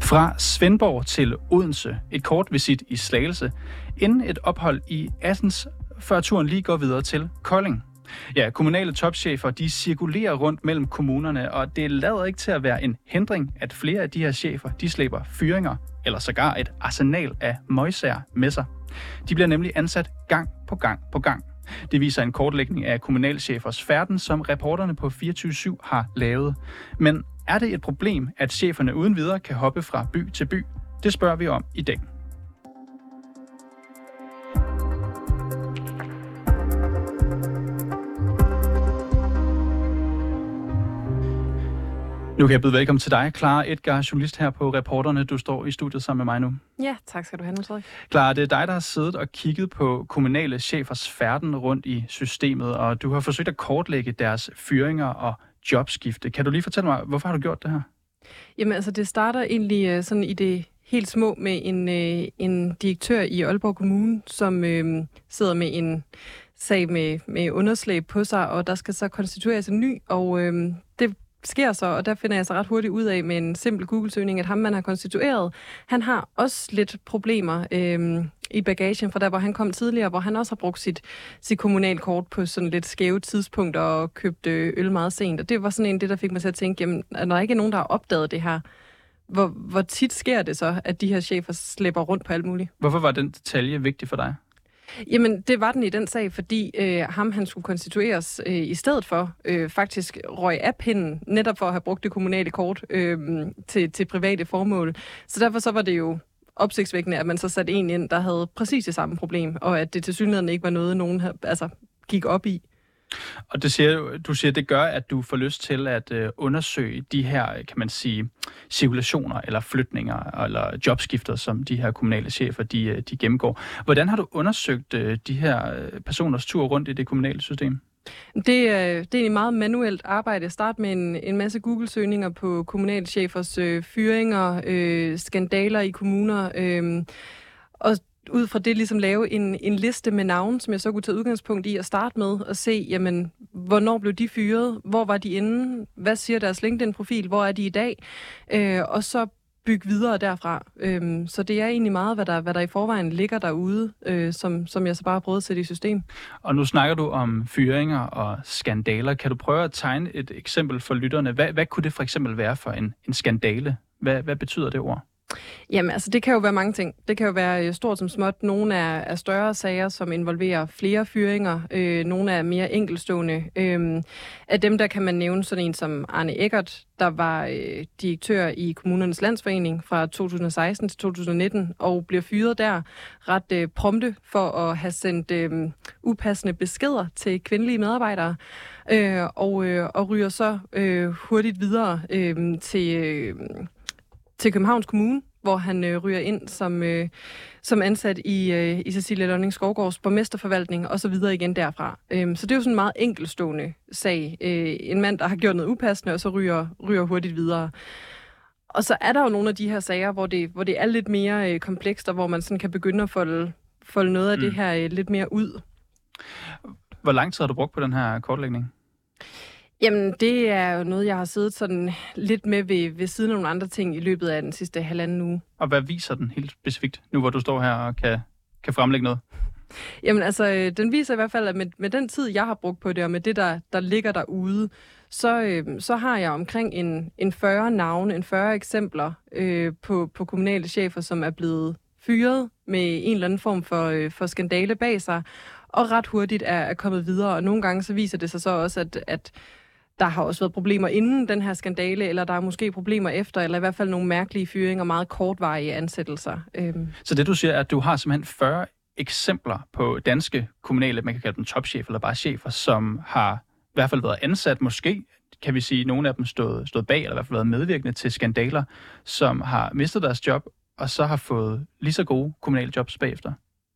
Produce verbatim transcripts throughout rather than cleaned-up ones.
Fra Svendborg til Odense. Et kort visit i Slagelse. Inden et ophold i Assens, før turen lige går videre til Kolding. Ja, kommunale topchefer, de cirkulerer rundt mellem kommunerne, og det lader ikke til at være en hindring, at flere af de her chefer, de slæber fyringer, eller sågar et arsenal af møgsager med sig. De bliver nemlig ansat gang på gang på gang. Det viser en kortlægning af kommunalchefers færden, som reporterne på fireogtyve syv har lavet. Men er det et problem, at cheferne uden videre kan hoppe fra by til by? Det spørger vi om i dag. Nu kan jeg byde velkommen til dig, Clara Edgar, journalist her på Reporterne. Du står i studiet sammen med mig nu. Ja, tak skal du have, Frederik. Clara, det er dig, der har siddet og kigget på kommunale chefers færden rundt i systemet, og du har forsøgt at kortlægge deres fyringer og jobskifte. Kan du lige fortælle mig, hvorfor har du gjort det her? Jamen altså, det starter egentlig sådan i det helt små med en, en direktør i Aalborg Kommune, som øh, sidder med en sag med, med underslæb på sig, og der skal så konstitueres en ny, og øh, det sker så, og der finder jeg så ret hurtigt ud af med en simpel Google-søgning, at ham, man har konstitueret, han har også lidt problemer øh, i bagagen fra der, hvor han kom tidligere, hvor han også har brugt sit, sit kommunalkort på sådan lidt skæve tidspunkter og købt øl meget sent. Og det var sådan en det, der fik mig til at tænke, jamen, når der ikke er nogen, der har opdaget det her, hvor, hvor tit sker det så, at de her chefer slæber rundt på alt muligt? Hvorfor var den detalje vigtig for dig? Jamen, det var den i den sag, fordi øh, ham, han skulle konstitueres øh, i stedet for, øh, faktisk røg af pinden, netop for at have brugt det kommunale kort øh, til, til private formål. Så derfor så var det jo opsigtsvækkende, at man så satte en ind, der havde præcis det samme problem, og at det tilsyneladende ikke var noget, nogen havde, altså, gik op i. Og det siger, du siger, det gør, at du får lyst til at øh, undersøge de her, kan man sige, cirkulationer eller flytninger eller jobskifter, som de her kommunale chefer, de, de gennemgår. Hvordan har du undersøgt øh, de her personers tur rundt i det kommunale system? Det, det er egentlig meget manuelt arbejde. Start med en, en masse Google-søgninger på kommunale chefers øh, fyringer, øh, skandaler i kommuner, øh, og ud fra det ligesom lave en, en liste med navne, som jeg så kunne tage udgangspunkt i at starte med og se, jamen, hvornår blev de fyret, hvor var de inde, hvad siger deres LinkedIn-profil, hvor er de i dag, øh, og så bygge videre derfra. Øh, så det er egentlig meget, hvad der, hvad der i forvejen ligger derude, øh, som, som jeg så bare har prøvet at sætte i system. Og nu snakker du om fyringer og skandaler. Kan du prøve at tegne et eksempel for lytterne? Hvad, hvad kunne det for eksempel være for en, en skandale? Hvad, hvad betyder det ord? Jamen, altså det kan jo være mange ting. Det kan jo være stort som småt. Nogle er, er større sager, som involverer flere fyringer. Øh, nogle er mere enkeltstående. Øh, af dem, der kan man nævne sådan en som Arne Eggert, der var øh, direktør i Kommunernes Landsforening fra to tusind og seksten til to tusind og nitten, og bliver fyret der ret øh, prompte for at have sendt øh, upassende beskeder til kvindelige medarbejdere, øh, og, øh, og ryger så øh, hurtigt videre øh, til... Øh, til Københavns Kommune, hvor han øh, ryger ind som, øh, som ansat i, øh, i Cecilie Lønning Skovgaards borgmesterforvaltning, og så videre igen derfra. Øhm, så det er jo sådan en meget enkeltstående sag. Øh, en mand, der har gjort noget upassende, og så ryger, ryger hurtigt videre. Og så er der jo nogle af de her sager, hvor det, hvor det er lidt mere øh, komplekst, og hvor man sådan kan begynde at folde, folde noget af mm. det her øh, lidt mere ud. Hvor lang tid har du brugt på den her kortlægning? Jamen, det er jo noget, jeg har siddet sådan lidt med ved, ved siden af nogle andre ting i løbet af den sidste halvanden uge. Og hvad viser den helt specifikt, nu hvor du står her og kan, kan fremlægge noget? Jamen altså, den viser i hvert fald, at med, med den tid, jeg har brugt på det, og med det, der, der ligger derude, så, øh, så har jeg omkring en, en fyrre navne, en fyrre eksempler øh, på, på kommunale chefer, som er blevet fyret med en eller anden form for, øh, for skandale bag sig, og ret hurtigt er, er kommet videre. Og nogle gange så viser det sig så også, at, at der har også været problemer inden den her skandale, eller der er måske problemer efter, eller i hvert fald nogle mærkelige fyringer, meget kortvarige ansættelser. Øhm. Så det du siger, er, at du har simpelthen fyrre eksempler på danske kommunale, man kan kalde dem topchefer, eller bare chefer, som har i hvert fald været ansat, måske kan vi sige, nogle af dem stået, stået bag, eller i hvert fald været medvirkende til skandaler, som har mistet deres job, og så har fået lige så gode kommunale jobs bagefter.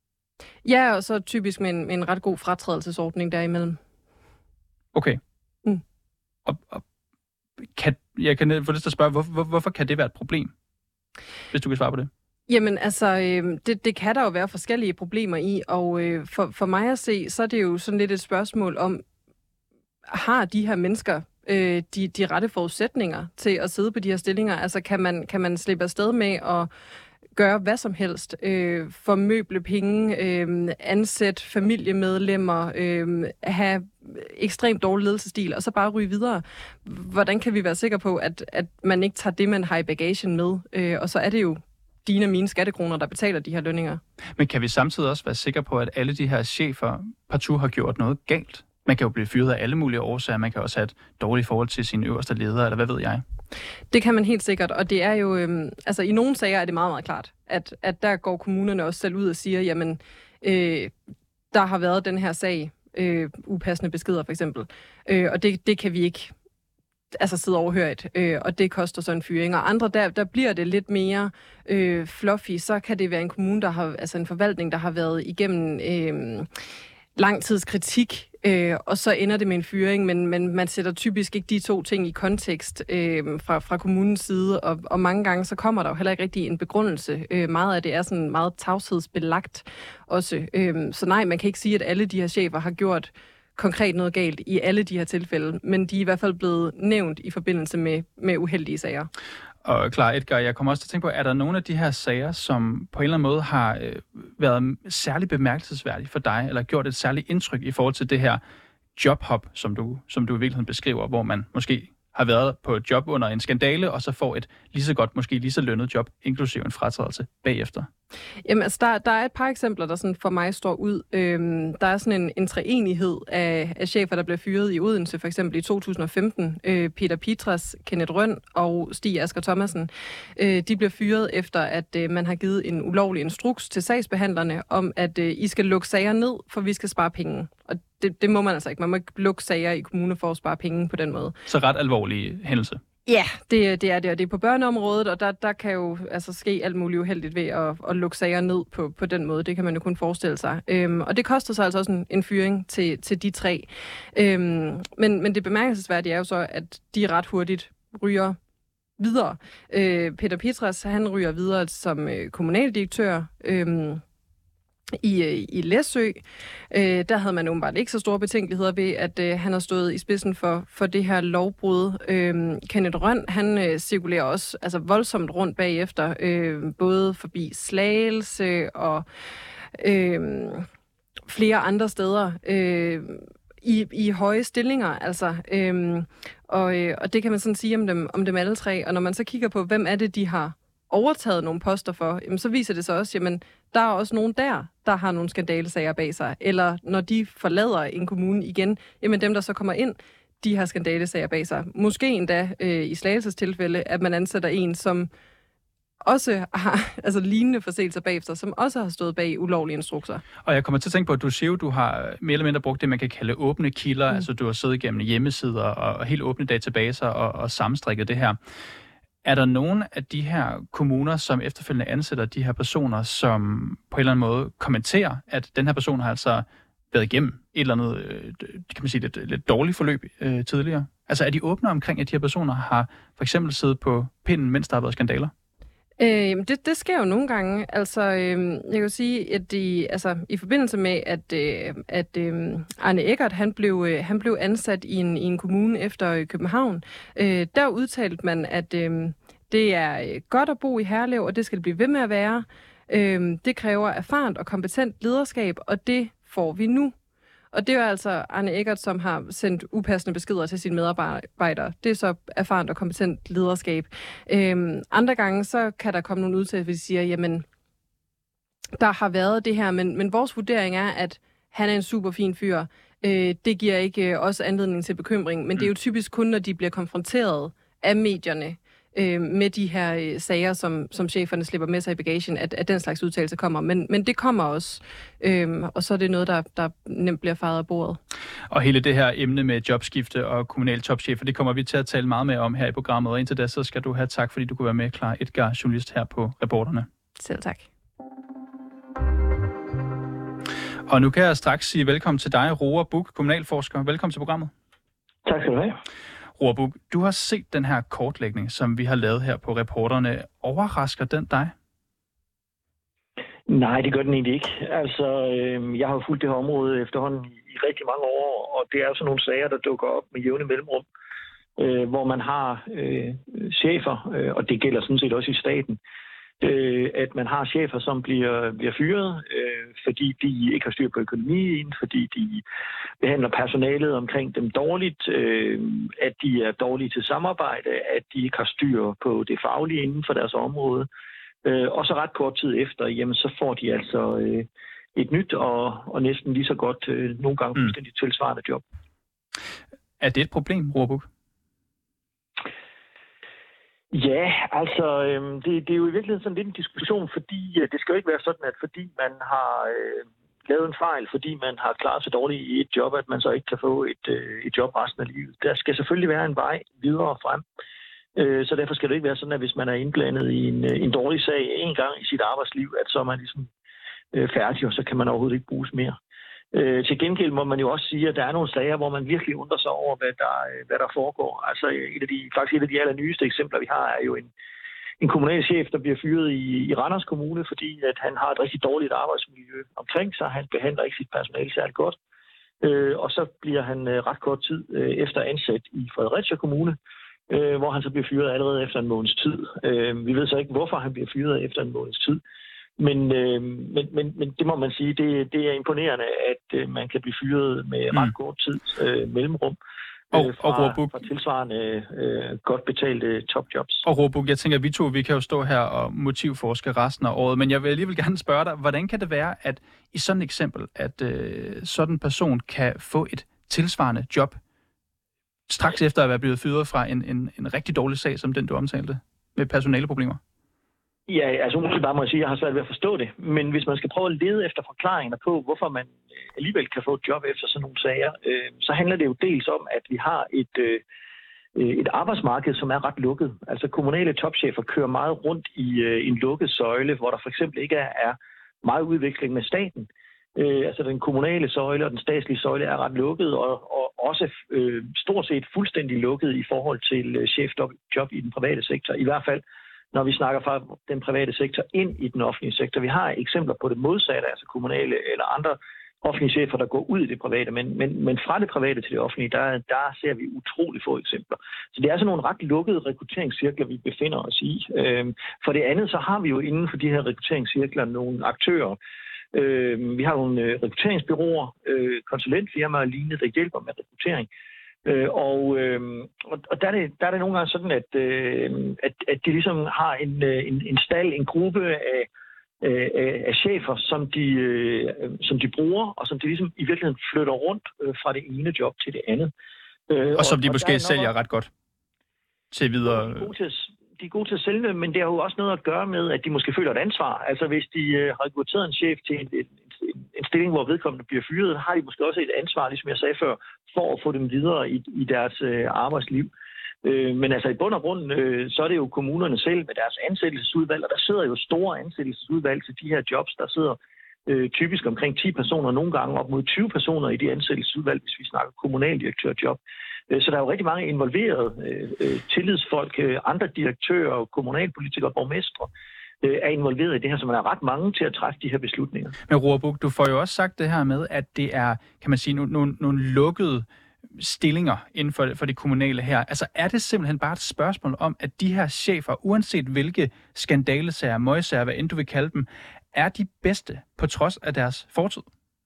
Ja, og så typisk med en, med en ret god fratrædelsesordning derimellem. Okay. Mm. Og, og kan, jeg kan få lyst til at spørge, hvor, hvor, hvorfor kan det være et problem? Hvis du kan svare på det. Jamen altså, øh, det, det kan der jo være forskellige problemer i, og øh, for, for mig at se, så er det jo sådan lidt et spørgsmål om, har de her mennesker øh, de, de rette forudsætninger til at sidde på de her stillinger? Altså kan man, kan man slippe afsted med at gøre hvad som helst, øh, formøble penge, øh, ansætte familiemedlemmer, øh, have ekstremt dårlig ledelsesstil, og så bare ryge videre? Hvordan kan vi være sikre på, at, at man ikke tager det, man har i bagagen med? Øh, og så er det jo dine og mine skattekroner, der betaler de her lønninger. Men kan vi samtidig også være sikre på, at alle de her chefer partout har gjort noget galt? Man kan jo blive fyret af alle mulige årsager. Man kan også have et dårligt forhold til sine øverste ledere, eller hvad ved jeg? Det kan man helt sikkert, og det er jo, øhm, altså i nogle sager er det meget, meget klart, at, at der går kommunerne også selv ud og siger, jamen, øh, der har været den her sag, øh, upassende beskeder for eksempel, øh, og det, det kan vi ikke altså sidde overhørt, øh, og det koster så en fyring. Og andre, der, der bliver det lidt mere øh, fluffy, så kan det være en kommune, der har, altså en forvaltning, der har været igennem øh, lang tids kritik, Øh, og så ender det med en fyring, men, men man sætter typisk ikke de to ting i kontekst øh, fra, fra kommunens side, og, og mange gange så kommer der jo heller ikke rigtig en begrundelse. Øh, meget af det er sådan meget tavshedsbelagt også. Øh, så nej, man kan ikke sige, at alle de her chefer har gjort konkret noget galt i alle de her tilfælde, men de er i hvert fald blevet nævnt i forbindelse med, med uheldige sager. Og klar, Edgar, jeg kommer også til at tænke på, er der nogle af de her sager, som på en eller anden måde har øh, været særlig bemærkelsesværdige for dig, eller gjort et særligt indtryk i forhold til det her jobhop, som du, som du i virkeligheden beskriver, hvor man måske har været på et job under en skandale, og så får et lige så godt, måske lige så lønnet job, inklusive en fratrædelse bagefter? Jamen, altså, der, der er et par eksempler, der sådan for mig står ud. Øhm, der er sådan en, en treenighed af, af chefer, der blev fyret i Odense, for eksempel i to tusind og femten. Øh, Peter Petras, Kenneth Røn og Stig Asger Thomasen. Øh, de blev fyret efter, at øh, man har givet en ulovlig instruks til sagsbehandlerne om, at øh, I skal lukke sager ned, for vi skal spare penge. Og det, det må man altså ikke. Man må ikke lukke sager i kommuner for at spare penge på den måde. Så ret alvorlig hændelse. Ja, det, det er det, og det er på børneområdet, og der, der kan jo altså ske alt muligt uheldigt ved at, at lukke sager ned på, på den måde. Det kan man jo kun forestille sig. Øhm, og det koster så altså også en, en fyring til, til de tre. Øhm, men, men det bemærkelsesværdige er jo så, at de ret hurtigt ryger videre. Øh, Peter Petras, han ryger videre som øh, kommunaldirektør. Øh, I, i Læsø. Øh, der havde man åbenbart ikke så store betænkeligheder ved, at øh, han har stået i spidsen for, for det her lovbrud. Øh, Kenneth Røn, han øh, cirkulerer også altså voldsomt rundt bagefter, øh, både forbi Slagelse og øh, flere andre steder øh, i, i høje stillinger. Altså, øh, og, øh, og det kan man sådan sige om dem, om dem alle tre. Og når man så kigger på, hvem er det, de har overtaget nogle poster for, jamen, så viser det sig også, jamen, der er også nogen der, der har nogle skandalesager bag sig. Eller når de forlader en kommune igen, jamen dem, der så kommer ind, de har skandalesager bag sig. Måske endda øh, i Slagelses tilfælde, at man ansætter en, som også har altså lignende forseelser bag sig, som også har stået bag ulovlige instrukser. Og jeg kommer til at tænke på, at du siger, at du har mere eller mindre brugt det, man kan kalde åbne kilder. Mm. Altså du har siddet igennem hjemmesider og helt åbne databaser og, og sammenstrikket det her. Er der nogen af de her kommuner, som efterfølgende ansætter de her personer, som på en eller anden måde kommenterer, at den her person har altså været igennem et eller andet, kan man sige, lidt, lidt dårligt forløb øh, tidligere? Altså er de åbne omkring, at de her personer har for eksempel siddet på pinden, mens der har været skandaler? Øh, det, det sker jo nogle gange. Altså, øh, jeg kan sige, at de, altså, i forbindelse med, at, øh, at øh, Arne Eggert, han blev, øh, han blev ansat i en, i en kommune efter København, øh, der udtalte man, at øh, det er godt at bo i Herlev, og det skal det blive ved med at være. Øh, det kræver erfarent og kompetent lederskab, og det får vi nu. Og det er altså Arne Eggert, som har sendt upassende beskeder til sine medarbejdere. Det er så erfarent og kompetent lederskab. Øhm, andre gange, så kan der komme nogle udtalelser, hvor de siger, jamen, der har været det her, men, men vores vurdering er, at han er en super fin fyr. Øh, det giver ikke også anledning til bekymring, men det er jo typisk kun, når de bliver konfronteret af medierne, med de her øh, sager, som, som cheferne slipper med sig i bagagen, at, at den slags udtalelse kommer. Men, men det kommer også, øhm, og så er det noget, der, der nemt bliver fejret af bordet. Og hele det her emne med jobskifte og kommunal topchefer, det kommer vi til at tale meget mere om her i programmet, og indtil da, så skal du have tak, fordi du kunne være med, Clara Edgar, journalist her på Reporterne. Selv tak. Og nu kan jeg straks sige velkommen til dig, Roar Buch, kommunalforsker. Velkommen til programmet. Tak skal du have. Roar Buch, du har set den her kortlægning, som vi har lavet her på Reporterne. Overrasker den dig? Nej, det gør den egentlig ikke. Altså, øh, jeg har jo fulgt det her område efterhånden i, i rigtig mange år, og det er sådan nogle sager, der dukker op med jævne mellemrum. øh, hvor man har øh, chefer, øh, og det gælder sådan set også i staten, øh, at man har chefer, som bliver, bliver fyret, øh, fordi de ikke har styr på økonomien, fordi de behandler personalet omkring dem dårligt, øh, at de er dårlige til samarbejde, at de ikke har styr på det faglige inden for deres område. Øh, og så ret kort tid efter, jamen, så får de altså øh, et nyt og, og næsten lige så godt, øh, nogle gange fuldstændig mm. tilsvarende job. Er det et problem, Roar? Ja, altså, øh, det, det er jo i virkeligheden sådan lidt en diskussion, fordi øh, det skal jo ikke være sådan, at fordi man har øh, lavet en fejl, fordi man har klaret sig dårligt i et job, at man så ikke kan få et, øh, et job resten af livet. Der skal selvfølgelig være en vej videre frem. Øh, så derfor skal det ikke være sådan, at hvis man er indblandet i en, en dårlig sag en gang i sit arbejdsliv, at så er man ligesom øh, færdig, og så kan man overhovedet ikke bruges mere. Øh, til gengæld må man jo også sige, at der er nogle sager, hvor man virkelig undrer sig over, hvad der, hvad der foregår. Altså et af de, faktisk et af de allernyeste eksempler, vi har, er jo en, en kommunalchef, der bliver fyret i, i Randers Kommune, fordi at han har et rigtig dårligt arbejdsmiljø omkring sig. Han behandler ikke sit personale særligt godt. Øh, og så bliver han øh, ret kort tid øh, efter ansat i Fredericia Kommune, øh, hvor han så bliver fyret allerede efter en måneds tid. Øh, vi ved så ikke, hvorfor han bliver fyret efter en måneds tid. Men, øh, men, men, men det må man sige, det, det er imponerende, at øh, man kan blive fyret med ret kort tid øh, mellemrum øh, og, fra, og fra tilsvarende øh, godt betalte topjobs. Og Roar, jeg tænker, at vi to vi kan jo stå her og motivforske resten af året, men jeg vil alligevel gerne spørge dig, hvordan kan det være, at i sådan et eksempel, at øh, sådan en person kan få et tilsvarende job straks efter at være blevet fyret fra en, en, en rigtig dårlig sag, som den du omtalte, med personaleproblemer? Ja, altså måske bare må jeg sige, at jeg har svært ved at forstå det. Men hvis man skal prøve at lede efter forklaringer på, hvorfor man alligevel kan få et job efter sådan nogle sager, øh, så handler det jo dels om, at vi har et, øh, et arbejdsmarked, som er ret lukket. Altså kommunale topchefer kører meget rundt i øh, en lukket søjle, hvor der for eksempel ikke er, er meget udveksling med staten. Øh, altså den kommunale søjle og den statslige søjle er ret lukket, og, og også øh, stort set fuldstændig lukket i forhold til øh, chefjob i den private sektor. I hvert fald når vi snakker fra den private sektor ind i den offentlige sektor. Vi har eksempler på det modsatte, altså kommunale eller andre offentlige chefer, der går ud i det private, men, men, men fra det private til det offentlige, der, der ser vi utrolig få eksempler. Så det er altså nogle ret lukkede rekrutteringscirkler, vi befinder os i. Øhm, for det andet, så har vi jo inden for de her rekrutteringscirkler nogle aktører. Øhm, vi har nogle øh, rekrutteringsbureauer, øh, konsulentfirmaer og lignende, der hjælper med rekruttering. Øh, og, øh, og der, er det, der er det nogle gange sådan, at, øh, at, at de ligesom har en, en, en stald, en gruppe af, af, af chefer, som de, øh, som de bruger, og som de ligesom i virkeligheden flytter rundt øh, fra det ene job til det andet. Øh, og som de og, måske og sælger ret godt til videre. De er gode til, de er gode til at sælge, men det har jo også noget at gøre med, at de måske føler et ansvar. Altså hvis de øh, har rekrutteret en chef til en, en en stilling, hvor vedkommende bliver fyret, har de måske også et ansvar, ligesom jeg sagde før, for at få dem videre i, i deres øh, arbejdsliv. Øh, men altså i bund og grund, øh, så er det jo kommunerne selv med deres ansættelsesudvalg, og der sidder jo store ansættelsesudvalg til de her jobs. Der sidder øh, typisk omkring ti personer, nogle gange op mod tyve personer i de ansættelsesudvalg, hvis vi snakker kommunaldirektørjob. Øh, så der er jo rigtig mange involverede øh, tillidsfolk, øh, andre direktører, kommunalpolitikere, borgmestre, er involveret i det her, så man er ret mange til at træffe de her beslutninger. Men Roar Buch, du får jo også sagt det her med, at det er, kan man sige, nogle, nogle, nogle lukkede stillinger inden for, for det kommunale her. Altså er det simpelthen bare et spørgsmål om, at de her chefer, uanset hvilke skandalesager, møgsager, hvad end du vil kalde dem, er de bedste på trods af deres fortid?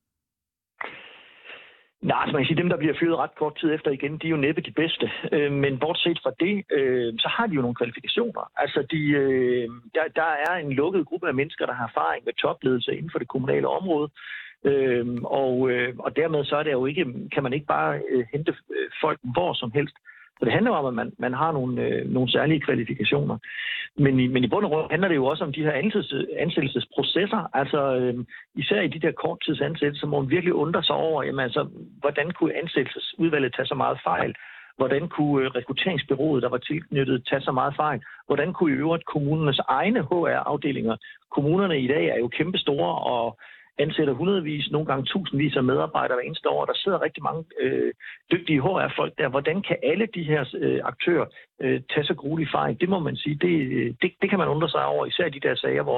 Nej, altså man kan sige, dem, der bliver fyret ret kort tid efter igen, de er jo næppe de bedste. Øh, men bortset fra det, øh, så har de jo nogle kvalifikationer. Altså, de, øh, der, der er en lukket gruppe af mennesker, der har erfaring med topledelse inden for det kommunale område. Øh, og, øh, og dermed så er det jo ikke, kan man ikke bare øh, hente folk hvor som helst. Så det handler om, at man, man har nogle, øh, nogle særlige kvalifikationer. Men i, men i bund og grund handler det jo også om de her ansættelses, ansættelsesprocesser. Altså øh, især i de der korttidsansættelser, må man virkelig undre sig over, jamen, altså, hvordan kunne ansættelsesudvalget tage så meget fejl? Hvordan kunne rekrutteringsbureauet, der var tilknyttet, tage så meget fejl? Hvordan kunne i øvrigt kommunernes egne H R-afdelinger? Kommunerne i dag er jo kæmpestore og ansætter hundredvis, nogle gange tusindvis af medarbejdere hver eneste år. Der sidder rigtig mange øh, dygtige H R-folk der. Hvordan kan alle de her øh, aktører øh, tage så gruelige fejl? Det må man sige, det, det, det kan man undre sig over, især i de der sager, hvor,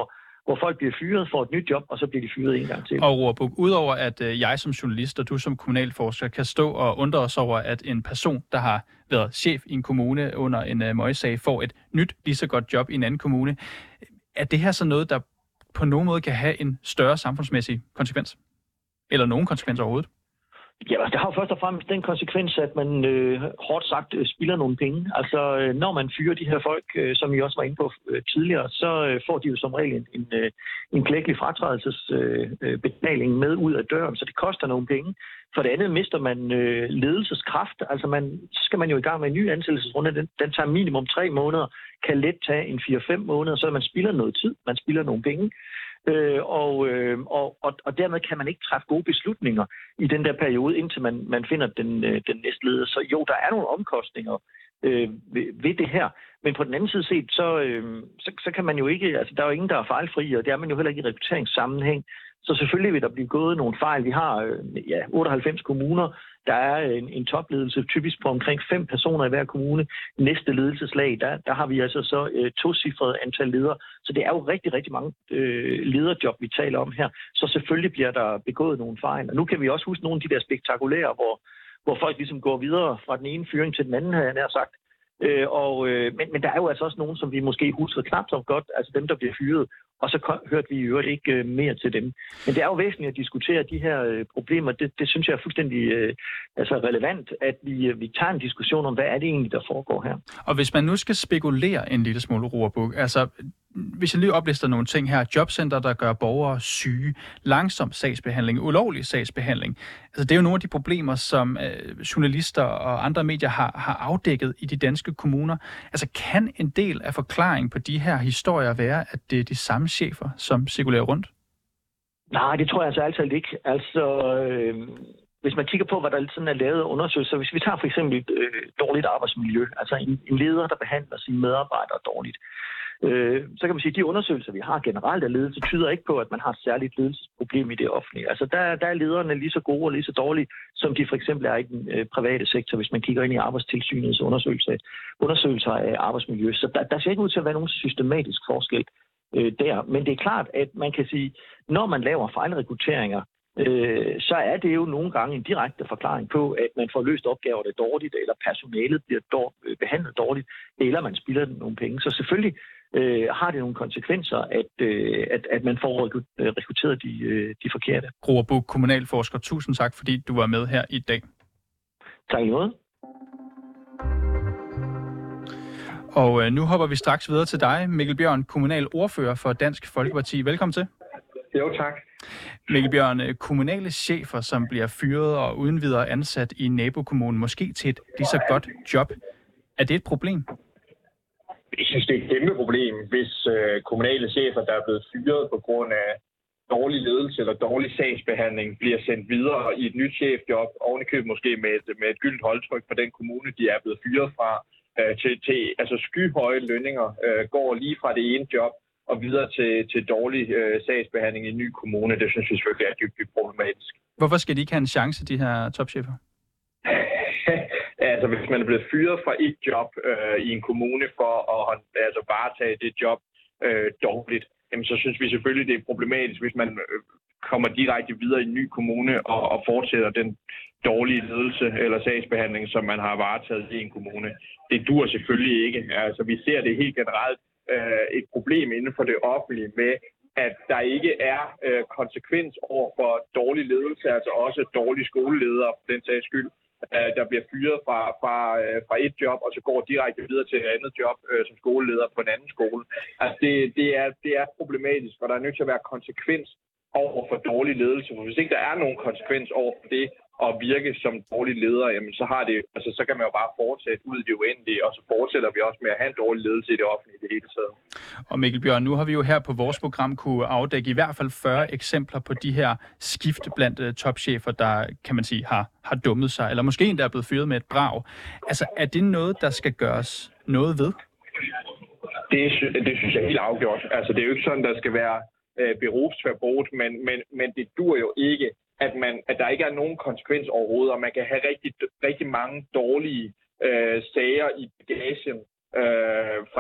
hvor folk bliver fyret, får et nyt job, og så bliver de fyret en gang til. Og Roar Buch, udover at øh, jeg som journalist og du som kommunalforsker kan stå og undre os over, at en person, der har været chef i en kommune under en øh, møgssag, får et nyt lige så godt job i en anden kommune, er det her så noget, der på nogen måde kan have en større samfundsmæssig konsekvens? Eller nogen konsekvens overhovedet? Ja, det har jo først og fremmest den konsekvens, at man øh, hårdt sagt øh, spilder nogle penge. Altså, øh, når man fyrer de her folk, øh, som I også var inde på øh, tidligere, så øh, får de jo som regel en, en, øh, en klækkelig fratrædelsesbetaling øh, med ud af døren, så det koster nogle penge. For det andet mister man øh, ledelseskraft. Altså, man, så skal man jo i gang med en ny ansættelsesrunde. Den, den tager minimum tre måneder, kan let tage en fire fem måneder, så man spilder noget tid, man spilder nogle penge. Øh, og, øh, og, og, og dermed kan man ikke træffe gode beslutninger i den der periode, indtil man, man finder den, øh, den næste leder. Så jo, der er nogle omkostninger øh, ved, ved det her. Men på den anden side set, så, øh, så, så kan man jo ikke, altså der er jo ingen, der er fejlfri, og det er man jo heller ikke i rekrutteringssammenhæng. Så selvfølgelig vil der blive gået nogle fejl. Vi har øh, ja, otteoghalvfems kommuner. Der er en, en topledelse typisk på omkring fem personer i hver kommune. Næste ledelseslag, der, der har vi altså så øh, tocifret antal ledere. Så det er jo rigtig, rigtig mange øh, lederjob, vi taler om her. Så selvfølgelig bliver der begået nogle fejl. Og nu kan vi også huske nogle af de der spektakulære, hvor, hvor folk ligesom går videre fra den ene fyring til den anden, har jeg nær sagt. Øh, og, øh, men, men der er jo altså også nogen, som vi måske husker knap så godt, altså dem, der bliver fyret. Og så kom, hørte vi i øvrigt ikke øh, mere til dem. Men det er jo væsentligt at diskutere de her øh, problemer. Det, det synes jeg er fuldstændig øh, altså relevant, at vi, øh, vi tager en diskussion om, hvad er det egentlig, der foregår her. Og hvis man nu skal spekulere en lille smule, Roar Buch, altså hvis jeg lige oplister nogle ting her, jobcenter, der gør borgere syge, langsom sagsbehandling, ulovlig sagsbehandling, altså det er jo nogle af de problemer, som øh, journalister og andre medier har, har afdækket i de danske kommuner. Altså kan en del af forklaringen på de her historier være, at det er de samme chefer, som cirkulerer rundt? Nej, det tror jeg altså altid ikke. Altså, øh, hvis man kigger på, hvad der sådan er lavet undersøgelser, hvis vi tager for eksempel øh, dårligt arbejdsmiljø, altså en, en leder, der behandler sine medarbejdere dårligt, øh, så kan man sige, at de undersøgelser, vi har generelt af ledelse, tyder ikke på, at man har et særligt ledelsesproblem i det offentlige. Altså, der, der er lederne lige så gode og lige så dårlige, som de for eksempel er i den øh, private sektor, hvis man kigger ind i arbejdstilsynets undersøgelser, undersøgelser af arbejdsmiljø. Så der, der ser ikke ud til at være nogen systematisk forskel øh, der. Men det er klart, at man kan sige, når man laver fejlrekrutteringer, øh, så er det jo nogle gange en direkte forklaring på, at man får løst opgaver dårligt, eller personalet bliver dår, øh, behandlet dårligt, eller man spilder nogle penge. Så selvfølgelig øh, har det nogle konsekvenser, at, øh, at, at man får rekrutteret de, øh, de forkerte. Roar Buch, kommunalforsker, tusind tak, fordi du var med her i dag. Tak i måde. Og øh, nu hopper vi straks videre til dig, Mikkel Bjørn, kommunal ordfører for Dansk Folkeparti. Velkommen til. Jo, tak. Mikkel Bjørn, kommunale chefer, som bliver fyret og uden videre ansat i nabokommunen, måske til et lige så godt job. Er det et problem? Jeg synes, det er et kæmpe problem, hvis øh, kommunale chefer, der er blevet fyret på grund af dårlig ledelse eller dårlig sagsbehandling, bliver sendt videre i et nyt chefjob, ovenikøbet måske med et, med et gyldent holdtryk på den kommune, de er blevet fyret fra, øh, til, til altså skyhøje lønninger, øh, går lige fra det ene job og videre til, til dårlig øh, sagsbehandling i en ny kommune. Det synes jeg selvfølgelig er dybt, dybt problematisk. Hvorfor skal de ikke have en chance, de her topchefer? Altså, hvis man er blevet fyret fra et job øh, i en kommune for at altså, varetage det job øh, dårligt, jamen, så synes vi selvfølgelig, det er problematisk, hvis man øh, kommer direkte videre i en ny kommune og, og fortsætter den dårlige ledelse eller sagsbehandling, som man har varetaget i en kommune. Det dur selvfølgelig ikke. Altså, vi ser det helt generelt øh, et problem inden for det offentlige med, at der ikke er øh, konsekvens over for dårlig ledelse, altså også dårlige skoleledere for den sags skyld, øh, der bliver fyret fra, fra, øh, fra et job, og så går direkte videre til et andet job øh, som skoleleder på en anden skole. Altså det, det, er, det er problematisk, for der er nødt til at være konsekvens over for dårlig ledelse. For hvis ikke der er nogen konsekvens over for det, og virke som dårlig leder, jamen så har det, altså så kan man jo bare fortsætte ud i det uendelige, og så fortsætter vi også med at have en dårlig ledelse i det offentlige det hele taget. Og Mikkel Bjørn, nu har vi jo her på vores program kunne afdække i hvert fald fyrre eksempler på de her skift blandt uh, topchefer, der kan man sige har, har dummet sig, eller måske endda er blevet fyret med et brag. Altså er det noget, der skal gøres noget ved? Det, det synes jeg er helt afgjort. Altså det er jo ikke sådan, der skal være øh, berufsverbot, men, men, men det dur jo ikke, at, man, at der ikke er nogen konsekvens overhovedet, og man kan have rigtig, rigtig mange dårlige øh, sager i bagagen øh, fra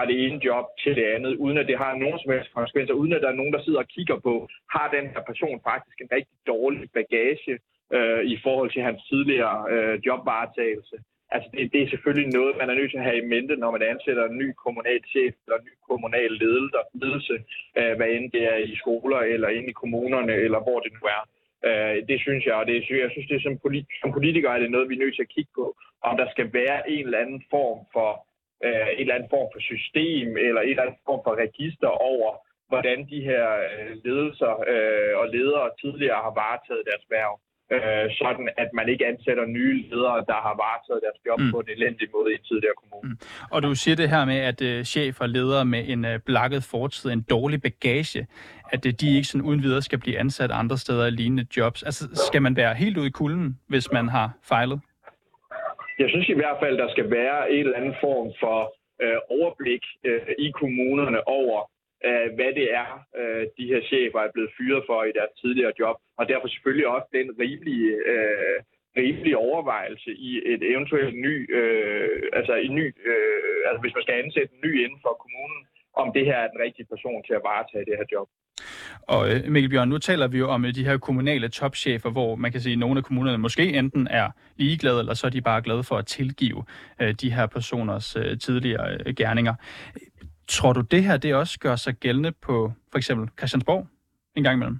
fra det ene job til det andet, uden at det har nogen som helst konsekvenser, uden at der er nogen, der sidder og kigger på, har den her person faktisk en rigtig dårlig bagage øh, i forhold til hans tidligere øh, jobvaretagelse. Altså det, det er selvfølgelig noget, man er nødt til at have i mente, når man ansætter en ny kommunal chef eller en ny kommunal ledelse, øh, hvad end det er i skoler eller inde i kommunerne, eller hvor det nu er. Øh, det synes jeg, og det, jeg synes, det er som, politi- som politiker er det noget, vi er nødt til at kigge på, om der skal være en eller anden form for øh, en eller anden form for system eller en eller anden form for register over, hvordan de her øh, ledelser øh, og ledere tidligere har varetaget deres hverv. Øh, sådan at man ikke ansætter nye ledere, der har varetaget deres job mm. på en elendig måde i en tidligere kommune. Mm. Og du siger det her med, at øh, chef og ledere med en øh, blakket fortid, en dårlig bagage, at øh, de ikke sådan uden videre skal blive ansat andre steder i lignende jobs. Altså, skal man være helt ude i kulden, hvis man har fejlet? Jeg synes i hvert fald, der skal være en eller anden form for øh, overblik øh, i kommunerne over, hvad det er, de her chefer er blevet fyret for i deres tidligere job, og derfor selvfølgelig også den rimelige, øh, rimelige overvejelse i et eventuelt ny, øh, altså en ny, øh, altså hvis man skal ansætte en ny inden for kommunen, om det her er den rigtige person til at varetage det her job. Og Mikkel Bjørn, nu taler vi jo om de her kommunale topchefer, hvor man kan sige, at nogle af kommunerne måske enten er ligeglade, eller så er de bare glade for at tilgive de her personers tidligere gerninger. Tror du, det her det også gør sig gældende på for eksempel Christiansborg en gang imellem?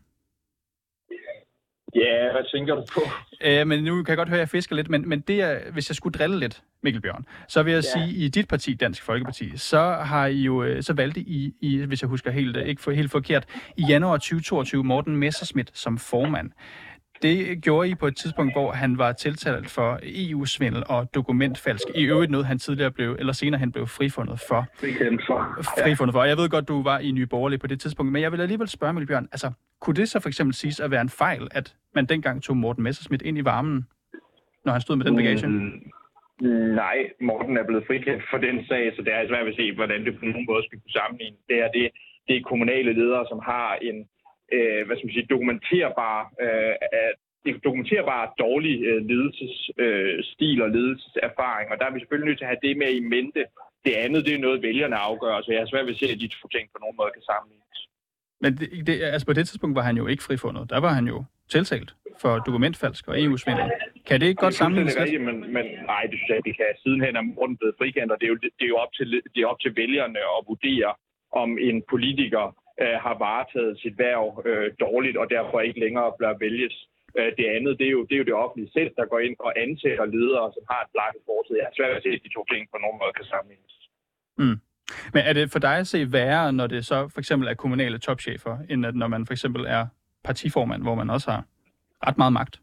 Ja, hvad tænker du på? Æ, men nu kan jeg godt høre, at jeg fisker lidt, men, men det er, hvis jeg skulle drille lidt, Mikkel Bjørn, så vil jeg ja. sige, i dit parti, Dansk Folkeparti, så har I jo, så valgte I, I hvis jeg husker helt, ikke for, helt forkert, i januar tyve toogtyve Morten Messerschmidt som formand. Det gjorde I på et tidspunkt, hvor han var tiltalt for E U-svindel og dokumentfalsk. I øvrigt noget, han tidligere blev, eller senere hen blev frifundet for. Frifundet for. Frifundet for. Jeg ved godt, du var i Nye Borgerlige på det tidspunkt, men jeg vil alligevel spørge, Mikkel Bjørn, altså, kunne det så for eksempel siges at være en fejl, at man dengang tog Morten Messerschmidt ind i varmen, når han stod med den bagage? Mm, nej, Morten er blevet frikendt for den sag, så det er svært at se, hvordan det på nogen måde skal kunne sammenligne. Det er, det, det er kommunale ledere, som har en Øh, hvad skal man sige, dokumenterbar, øh, dokumenterbar dårlig øh, ledelsesstil øh, og ledelseserfaring, og der er vi selvfølgelig nødt til at have det med i mente. Det andet, det er noget, vælgerne afgør, så jeg er svært ved at se, at de to ting på nogen måde kan sammenlignes. Men det, det, altså på det tidspunkt var han jo ikke frifundet. Der var han jo tiltalt for dokumentfalsk og E U-svindel. Kan det ikke godt sammenlignes? Det men, men nej, det synes jeg ikke, det kan. Sidenhen er Morten blevet frikendt, og det er jo, det er jo op, til, det er op til vælgerne at vurdere, om en politiker har varetaget sit hverv øh, dårligt, og derfor ikke længere bliver vælges. Øh, det andet, det er, jo, det er jo det offentlige selv, der går ind og ansætter ledere, som har et blakket fortid. Jeg er svært at se, at de to ting på nogen måde kan sammenlignes. Mm. Men er det for dig at se værre, når det så for eksempel er kommunale topchefer, end at når man for eksempel er partiformand, hvor man også har ret meget magt?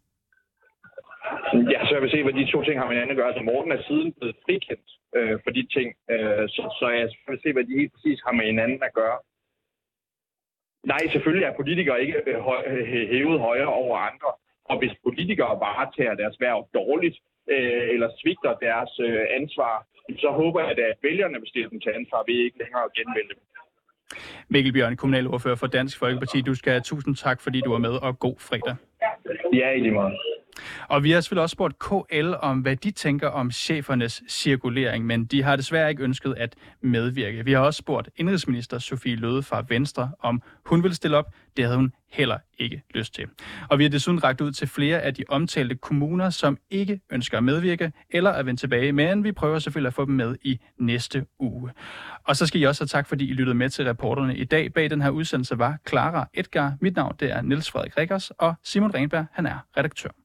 Ja, så jeg vil se, hvad de to ting har med hinanden at gøre. Altså Morten er siden blevet frikendt øh, for de ting, øh, så, så jeg vil se, hvad de helt præcis har med hinanden at gøre. Nej, selvfølgelig er politikere ikke hævet højere over andre. Og hvis politikere varetager deres hverv dårligt øh, eller svigter deres øh, ansvar, så håber jeg, at vælgerne vil stille dem til ansvar ved ikke længere at genvælge dem. Mikkel Bjørn, kommunalordfører for Dansk Folkeparti. Du skal have tusind tak, fordi du var med, og god fredag. Ja, i lige måde. Og vi har selvfølgelig også spurgt K L om, hvad de tænker om chefernes cirkulering, men de har desværre ikke ønsket at medvirke. Vi har også spurgt indrigsminister Sophie Løhde fra Venstre, om hun vil stille op. Det havde hun heller ikke lyst til. Og vi har desuden rakt ud til flere af de omtalte kommuner, som ikke ønsker at medvirke eller at vende tilbage, men vi prøver selvfølgelig at få dem med i næste uge. Og så skal I også have tak, fordi I lyttede med til reporterne i dag. Bag den her udsendelse var Clara Edgar. Mit navn det er Niels Frederik Rikkers, og Simon Renberg, han er redaktør.